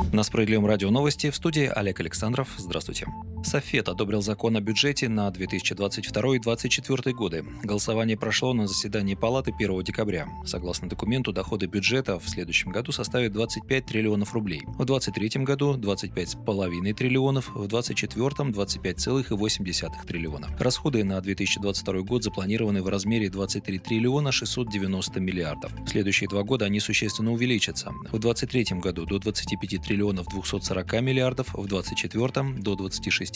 На Справедливом радио новости, в студии Олег Александров. Здравствуйте. Софет одобрил закон о бюджете на 2022-2024 годы. Голосование прошло на заседании Палаты 1 декабря. Согласно документу, доходы бюджета в следующем году составят 25 триллионов рублей. В 2023 году 25,5 триллионов, в 2024 25,8 триллиона. Расходы на 2022 год запланированы в размере 23 триллиона 690 миллиардов. В следующие 2 года они существенно увеличатся. В 2023 году до 25 триллионов 240 миллиардов, в 2024 до 26,35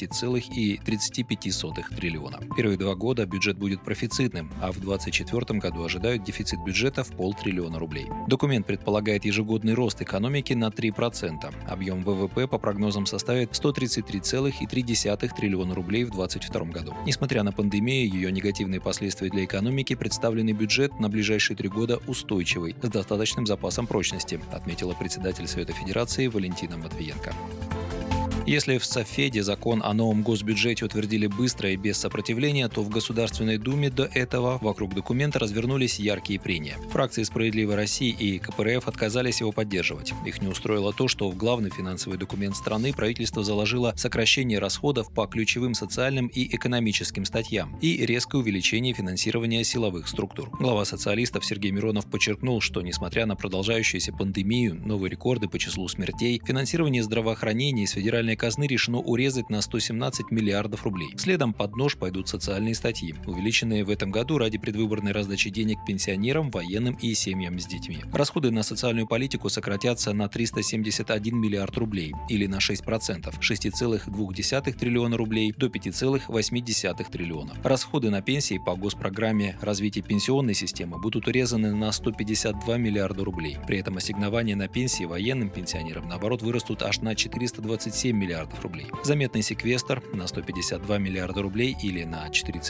триллиона. Первые 2 года бюджет будет профицитным, а в 2024 году ожидают дефицит бюджета в 0,5 триллиона рублей. Документ предполагает ежегодный рост экономики на 3%. Объем ВВП по прогнозам составит 133,3 триллиона рублей в 2022 году. Несмотря на пандемию, ее негативные последствия для экономики, представленный бюджет на ближайшие 3 года устойчивый, с достаточным запасом прочности, отметила председатель Совета Федерации Валентина Матвиенко. Если в Софеде закон о новом госбюджете утвердили быстро и без сопротивления, то в Государственной Думе до этого вокруг документа развернулись яркие прения. Фракции «Справедливой России» и КПРФ отказались его поддерживать. Их не устроило то, что в главный финансовый документ страны правительство заложило сокращение расходов по ключевым социальным и экономическим статьям и резкое увеличение финансирования силовых структур. Глава социалистов Сергей Миронов подчеркнул, что, несмотря на продолжающуюся пандемию, новые рекорды по числу смертей, финансирование здравоохранения из федеральной казны решено урезать на 117 миллиардов рублей. Следом под нож пойдут социальные статьи, увеличенные в этом году ради предвыборной раздачи денег пенсионерам, военным и семьям с детьми. Расходы на социальную политику сократятся на 371 миллиард рублей, или на 6%, 6,2 триллиона рублей до 5,8 триллиона. Расходы на пенсии по госпрограмме развития пенсионной системы будут урезаны на 152 миллиарда рублей. При этом ассигнования на пенсии военным пенсионерам, наоборот, вырастут аж на 427 миллиардов рублей. Заметный секвестр на 152 миллиарда рублей или на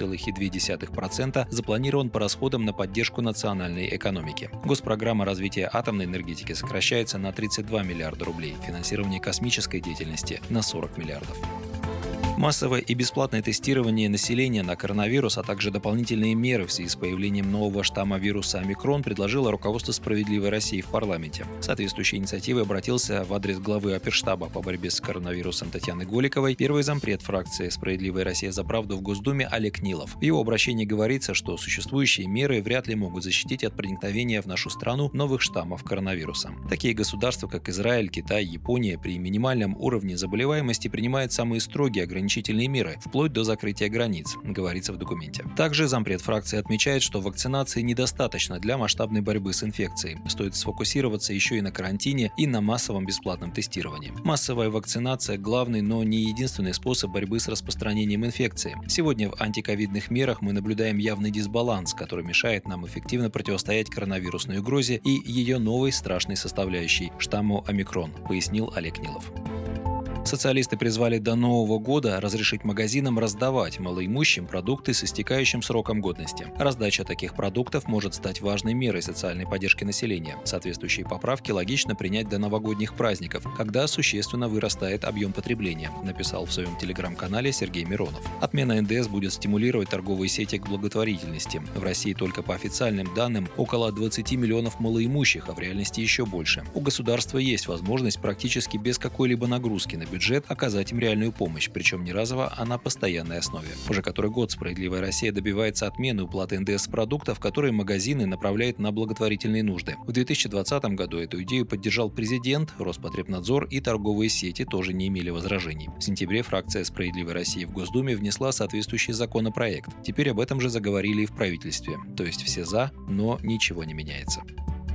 4,2% запланирован по расходам на поддержку национальной экономики. Госпрограмма развития атомной энергетики сокращается на 32 миллиарда рублей, финансирование космической деятельности на 40 миллиардов. Массовое и бесплатное тестирование населения на коронавирус, а также дополнительные меры в связи с появлением нового штамма вируса омикрон предложило руководство «Справедливой России» в парламенте. Соответствующей инициативой обратился в адрес главы оперштаба по борьбе с коронавирусом Татьяны Голиковой первый зампред фракции «Справедливая Россия за правду» в Госдуме Олег Нилов. В его обращении говорится, что существующие меры вряд ли могут защитить от проникновения в нашу страну новых штаммов коронавируса. Такие государства, как Израиль, Китай, Япония, при минимальном уровне заболеваемости принимают самые строгие ограничительные меры, вплоть до закрытия границ, говорится в документе. Также зампред фракции отмечает, что вакцинации недостаточно для масштабной борьбы с инфекцией. Стоит сфокусироваться еще и на карантине и на массовом бесплатном тестировании. Массовая вакцинация – главный, но не единственный способ борьбы с распространением инфекции. Сегодня в антиковидных мерах мы наблюдаем явный дисбаланс, который мешает нам эффективно противостоять коронавирусной угрозе и ее новой страшной составляющей – штамму омикрон, пояснил Олег Нилов. Социалисты призвали до Нового года разрешить магазинам раздавать малоимущим продукты с истекающим сроком годности. Раздача таких продуктов может стать важной мерой социальной поддержки населения. Соответствующие поправки логично принять до новогодних праздников, когда существенно вырастает объем потребления, написал в своем телеграм-канале Сергей Миронов. Отмена НДС будет стимулировать торговые сети к благотворительности. В России только по официальным данным около 20 миллионов малоимущих, а в реальности еще больше. У государства есть возможность практически без какой-либо нагрузки на бюджет оказать им реальную помощь, причем не разово, а на постоянной основе. Уже который год «Справедливая Россия» добивается отмены уплаты НДС с продуктов, которые магазины направляют на благотворительные нужды. В 2020 году эту идею поддержал президент, Роспотребнадзор и торговые сети тоже не имели возражений. В сентябре фракция «Справедливой России» в Госдуме внесла соответствующий законопроект. Теперь об этом же заговорили и в правительстве. То есть все за, но ничего не меняется.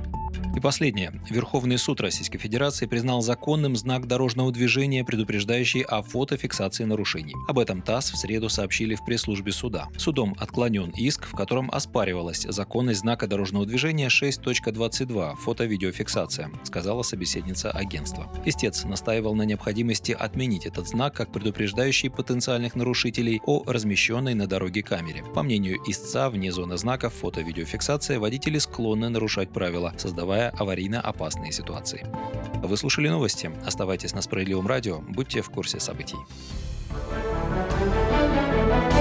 И последнее. Верховный суд Российской Федерации признал законным знак дорожного движения, предупреждающий о фотофиксации нарушений. Об этом ТАСС в среду сообщили в пресс-службе суда. Судом отклонен иск, в котором оспаривалась законность знака дорожного движения 6.22 «Фото-видеофиксация», сказала собеседница агентства. Истец настаивал на необходимости отменить этот знак как предупреждающий потенциальных нарушителей о размещенной на дороге камере. По мнению истца, вне зоны знаков фото-видеофиксация водители склонны нарушать правила, создавая аварийно опасные ситуации. Вы слушали новости. Оставайтесь на Справедливом радио. Будьте в курсе событий.